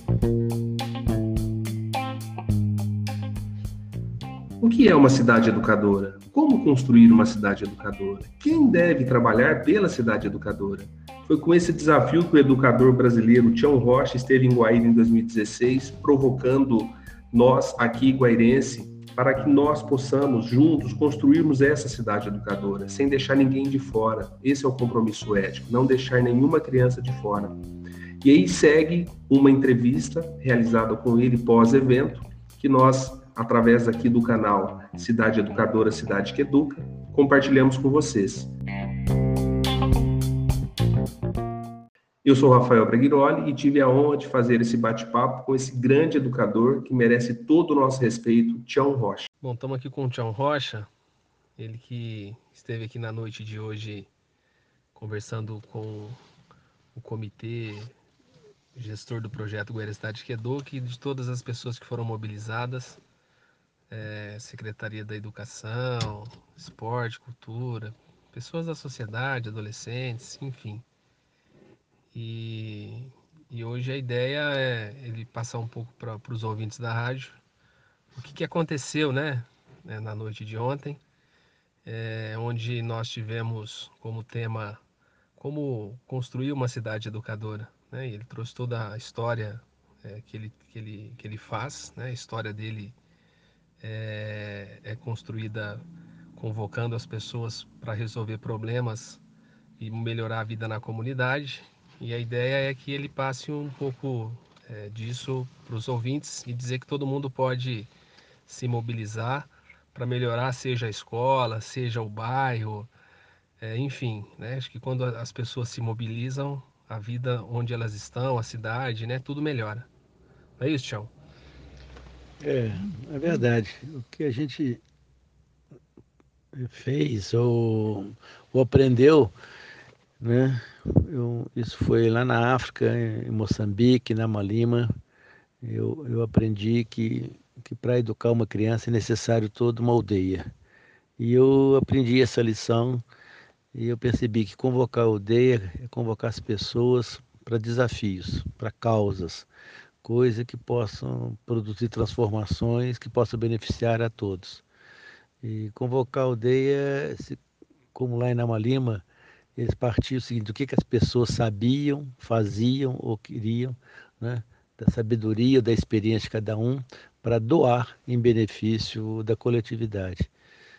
O que é uma cidade educadora? Como construir uma cidade educadora? Quem deve trabalhar pela cidade educadora? Foi com esse desafio que o educador brasileiro Tião Rocha esteve em Guaíra em 2016, provocando nós aqui, guairense, para que nós possamos juntos construirmos essa cidade educadora, sem deixar ninguém de fora. Esse é o compromisso ético, não deixar nenhuma criança de fora. E aí segue uma entrevista realizada com ele pós-evento, que nós, através aqui do canal Cidade Educadora, Cidade que Educa, compartilhamos com vocês. Eu sou Rafael Braghiroli e tive a honra de fazer esse bate-papo com esse grande educador que merece todo o nosso respeito, Tião Rocha. Bom, estamos aqui com o Tião Rocha, ele que esteve aqui na noite de hoje conversando com o comitê gestor do projeto Guaíra Cidade que Educa e de todas as pessoas que foram mobilizadas, Secretaria da Educação, Esporte, Cultura, pessoas da sociedade, adolescentes, enfim. E hoje a ideia é ele passar um pouco para os ouvintes da rádio o que aconteceu, né, na noite de ontem, onde nós tivemos como tema como construir uma cidade educadora, né? E ele trouxe toda a história que ele faz, né? A história dele é construída convocando as pessoas para resolver problemas e melhorar a vida na comunidade. E a ideia é que ele passe um pouco disso para os ouvintes e dizer que todo mundo pode se mobilizar para melhorar, seja a escola, seja o bairro, enfim, né? Acho que quando as pessoas se mobilizam, a vida onde elas estão, a cidade, né? Tudo melhora. Não é isso, Tião? É, é verdade. O que a gente fez ou aprendeu, né? Isso foi lá na África, em Moçambique, na Malima. Eu aprendi que para educar uma criança é necessário toda uma aldeia. E eu aprendi essa lição e eu percebi que convocar a aldeia é convocar as pessoas para desafios, para causas, coisas que possam produzir transformações que possam beneficiar a todos. E convocar a aldeia, como lá em Namalima, eles partiam o seguinte, do que as pessoas sabiam, faziam ou queriam, né? Da sabedoria, da experiência de cada um, para doar em benefício da coletividade.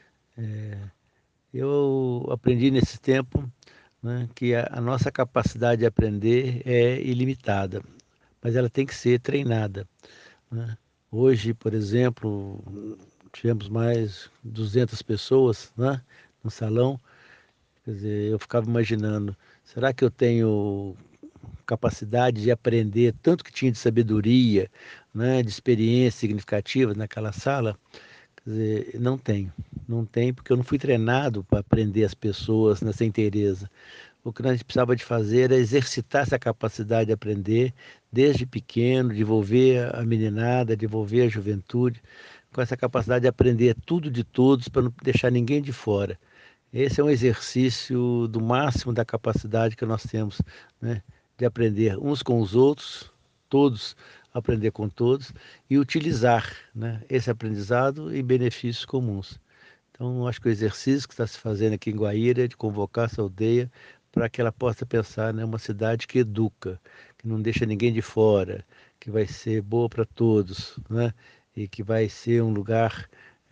Eu aprendi nesse tempo, né, que a nossa capacidade de aprender é ilimitada, mas ela tem que ser treinada, né? Hoje, por exemplo, tivemos mais 200 pessoas, né, no salão. Quer dizer, eu ficava imaginando, será que eu tenho capacidade de aprender tanto que tinha de sabedoria, né, de experiência significativa naquela sala? Quer dizer, não tenho. Não tenho porque eu não fui treinado para aprender as pessoas nessa inteireza. O que nós precisava de fazer era exercitar essa capacidade de aprender desde pequeno, desenvolver a meninada, desenvolver a juventude, com essa capacidade de aprender tudo de todos para não deixar ninguém de fora. Esse é um exercício do máximo da capacidade que nós temos, né, de aprender uns com os outros, todos aprender com todos e utilizar, né, esse aprendizado em benefícios comuns. Então, acho que o exercício que está se fazendo aqui em Guaíra é de convocar essa aldeia para que ela possa pensar, né, uma cidade que educa, que não deixa ninguém de fora, que vai ser boa para todos, né, e que vai ser um lugar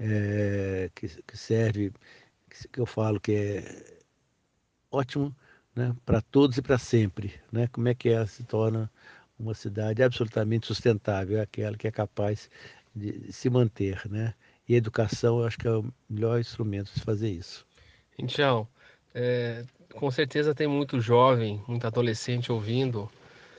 que serve, que eu falo que é ótimo, né, para todos e para sempre, né? Como é que ela se torna uma cidade absolutamente sustentável, é aquela que é capaz de se manter, né? E a educação, eu acho que é o melhor instrumento de fazer isso. Tião, com certeza tem muito jovem, muito adolescente ouvindo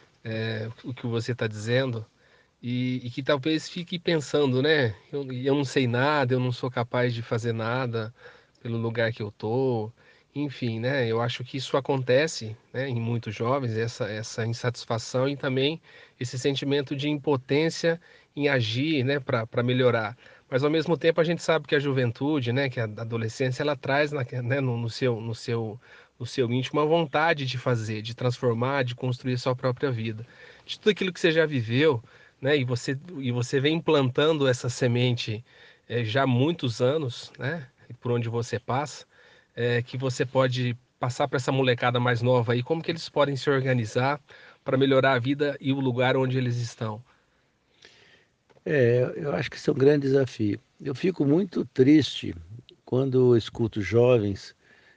o que você está dizendo e que talvez fique pensando, né? Eu não sei nada, eu não sou capaz de fazer nada pelo lugar que eu tô. Enfim, né? Eu acho que isso acontece, né, em muitos jovens, essa insatisfação e também esse sentimento de impotência em agir, né, para melhorar. Mas ao mesmo tempo a gente sabe que a juventude, né, que a adolescência, ela traz né, no seu íntimo uma vontade de fazer, de transformar, de construir a sua própria vida. De tudo aquilo que você já viveu, né? E você vem implantando essa semente já há muitos anos, né? Por onde você passa, que você pode passar para essa molecada mais nova aí, como que eles podem se organizar para melhorar a vida e o lugar onde eles estão. Eu acho que isso é um grande desafio. Eu fico muito triste quando eu escuto jovens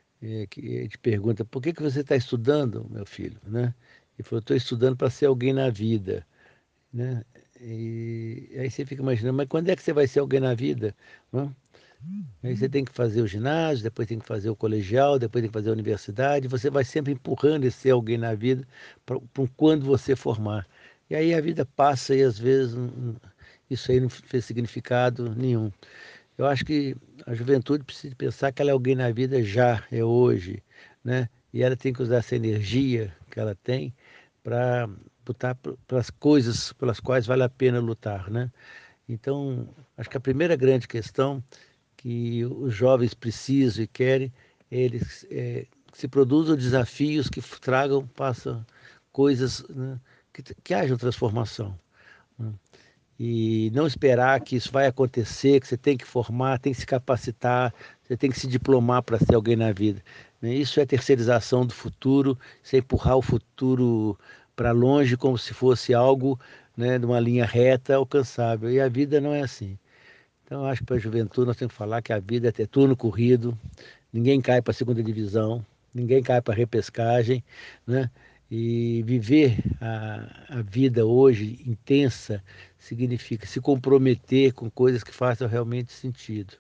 que te perguntam: por que que você está estudando, meu filho, né? E falou: estou estudando para ser alguém na vida, né? E aí você fica imaginando: mas quando é que você vai ser alguém na vida, né? Aí você tem que fazer o ginásio, depois tem que fazer o colegial, depois tem que fazer a universidade. Você vai sempre empurrando esse ser alguém na vida para quando você formar. E aí a vida passa e às vezes isso aí não fez significado nenhum. Eu acho que a juventude precisa pensar que ela é alguém na vida já, é hoje, né? E ela tem que usar essa energia que ela tem para lutar pelas coisas pelas quais vale a pena lutar, né? Então, acho que a primeira grande questão que os jovens precisam e querem, eles se produzam desafios que tragam, façam coisas, né, que hajam transformação, né? E não esperar que isso vai acontecer, que você tem que formar, tem que se capacitar, você tem que se diplomar para ser alguém na vida, né? Isso é terceirização do futuro, isso é empurrar o futuro para longe como se fosse algo, né, de uma linha reta alcançável. E a vida não é assim. Então, eu acho que para a juventude nós temos que falar que a vida é ter turno corrido, ninguém cai para a segunda divisão, ninguém cai para a repescagem, né? E viver a vida hoje intensa significa se comprometer com coisas que façam realmente sentido.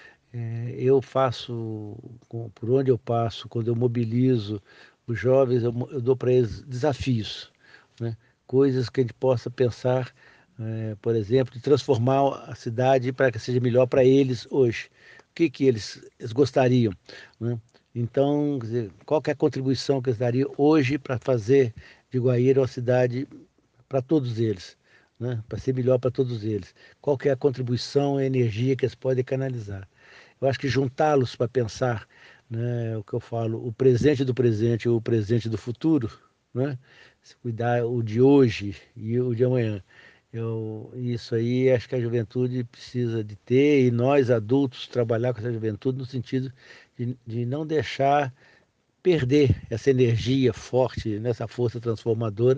Eu faço, por onde eu passo, quando eu mobilizo os jovens, eu dou para eles desafios, né? Coisas que a gente possa pensar, por exemplo, de transformar a cidade para que seja melhor para eles hoje. O que que eles gostariam, né? Então, quer dizer, qual que é a contribuição que eles dariam hoje para fazer de Guaíra uma cidade para todos eles, né? Para ser melhor para todos eles? Qual que é a contribuição, a energia que eles podem canalizar? Eu acho que juntá-los para pensar, né, o que eu falo, o presente do presente ou o presente do futuro, né? Se cuidar o de hoje e o de amanhã. Isso aí acho que a juventude precisa de ter, e nós adultos trabalhar com essa juventude no sentido de não deixar perder essa energia forte, nessa força transformadora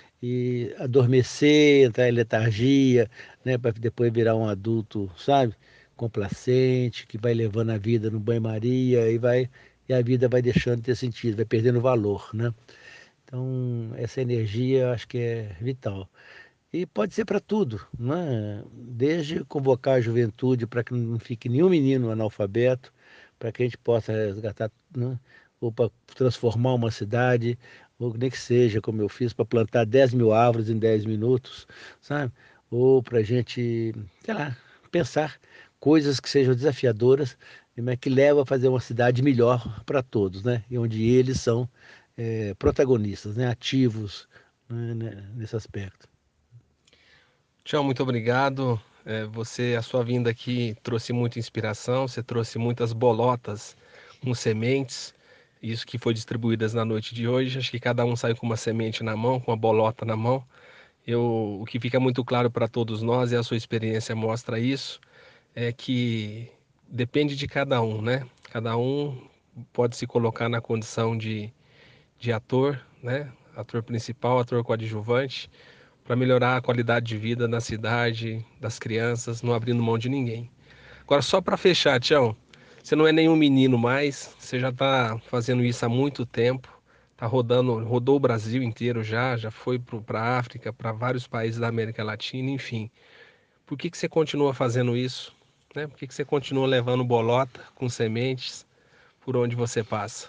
e adormecer, entrar em letargia, né, para depois virar um adulto, sabe, complacente, que vai levando a vida no banho-maria e a vida vai deixando de ter sentido, vai perdendo valor, né? Então, essa energia eu acho que é vital. E pode ser para tudo, né? Desde convocar a juventude para que não fique nenhum menino analfabeto, para que a gente possa resgatar, né? Ou para transformar uma cidade, ou nem que seja, como eu fiz, para plantar 10 mil árvores em 10 minutos, sabe? Ou para a gente, sei lá, pensar coisas que sejam desafiadoras, mas que levam a fazer uma cidade melhor para todos, né? E onde eles são protagonistas, né? Ativos, né? Nesse aspecto. Tchau, muito obrigado. A sua vinda aqui trouxe muita inspiração, você trouxe muitas bolotas com sementes, isso que foi distribuídas na noite de hoje. Acho que cada um saiu com uma semente na mão, com uma bolota na mão. O que fica muito claro para todos nós, e a sua experiência mostra isso, é que depende de cada um, né? Cada um pode se colocar na condição de ator, né? Ator principal, ator coadjuvante, para melhorar a qualidade de vida na cidade, das crianças, não abrindo mão de ninguém. Agora, só para fechar, Tião, você não é nenhum menino mais, você já está fazendo isso há muito tempo, tá rodou o Brasil inteiro já foi para a África, para vários países da América Latina, enfim. Por que que você continua fazendo isso? Né? Por que que você continua levando bolota com sementes por onde você passa?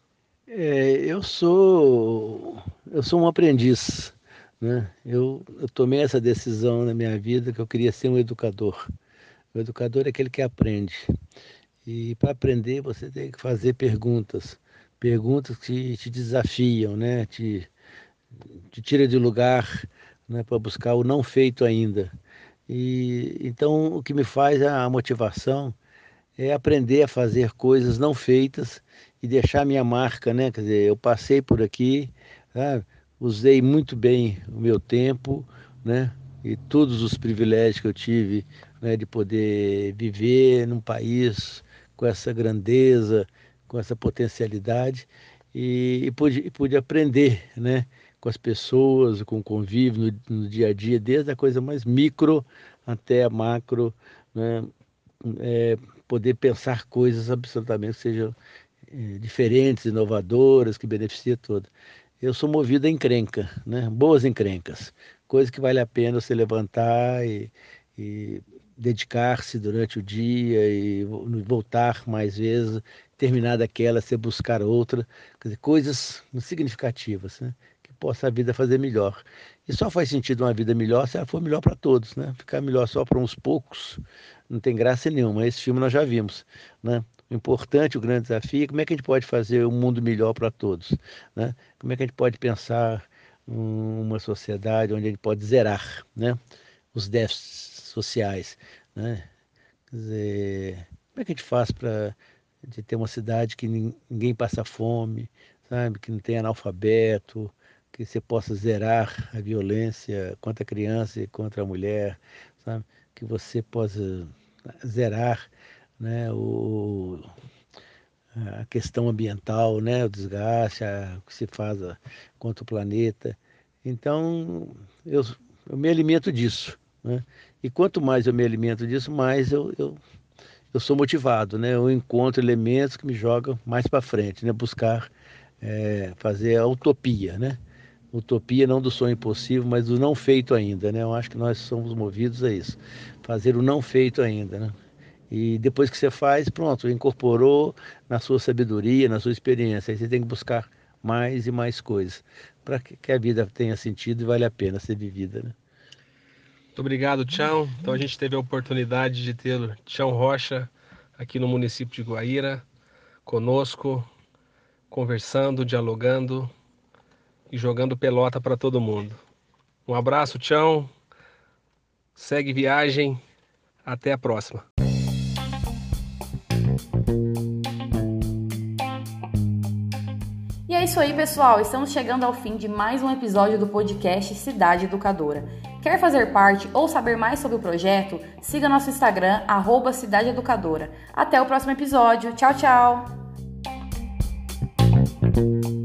Eu sou um aprendiz, né? Eu tomei essa decisão na minha vida que eu queria ser um educador. O educador é aquele que aprende. E para aprender você tem que fazer perguntas, perguntas que te desafiam, né? Te tira de lugar, né? Para buscar o não feito ainda. E então o que me faz a motivação é aprender a fazer coisas não feitas e deixar minha marca, né? Quer dizer, eu passei por aqui, sabe? Usei muito bem o meu tempo, né? E todos os privilégios que eu tive, né? De poder viver num país com essa grandeza, com essa potencialidade e pude aprender, né? Com as pessoas, com o convívio no dia a dia, desde a coisa mais micro até a macro, né? É, poder pensar coisas absolutamente que sejam diferentes, inovadoras, que beneficiem todos. Eu sou movido a encrenca, né? Boas encrencas, coisas que vale a pena você levantar e dedicar-se durante o dia e voltar mais vezes, terminar daquela, você buscar outra, quer dizer, coisas significativas, né? Que possa a vida fazer melhor. E só faz sentido uma vida melhor se ela for melhor para todos, né? Ficar melhor só para uns poucos não tem graça nenhuma. Esse filme nós já vimos, né? O importante, o grande desafio é como é que a gente pode fazer um mundo melhor para todos, né? Como é que a gente pode pensar uma sociedade onde a gente pode zerar, né? Os déficits sociais, né? Quer dizer, como é que a gente faz para ter uma cidade que ninguém passa fome, sabe? Que não tem analfabeto, que você possa zerar a violência contra a criança e contra a mulher, sabe? Que você possa zerar, né, a questão ambiental, né, o desgaste, o que se faz contra o planeta. Então, eu me alimento disso, né? E quanto mais eu me alimento disso, mais eu sou motivado, né? Eu encontro elementos que me jogam mais para frente, né? Buscar fazer a utopia, né? Utopia não do sonho impossível, mas do não feito ainda, né? Eu acho que nós somos movidos a isso, fazer o não feito ainda, né? E depois que você faz, pronto, incorporou na sua sabedoria, na sua experiência. Aí você tem que buscar mais e mais coisas para que a vida tenha sentido e vale a pena ser vivida, né? Muito obrigado, Tião. Então a gente teve a oportunidade de ter o Tião Rocha aqui no município de Guaíra, conosco, conversando, dialogando e jogando pelota para todo mundo. Um abraço, Tião. Segue viagem. Até a próxima. E é isso aí, pessoal. Estamos chegando ao fim de mais um episódio do podcast Cidade Educadora. Quer fazer parte ou saber mais sobre o projeto? Siga nosso Instagram, @Cidade Educadora. Até o próximo episódio. Tchau, tchau!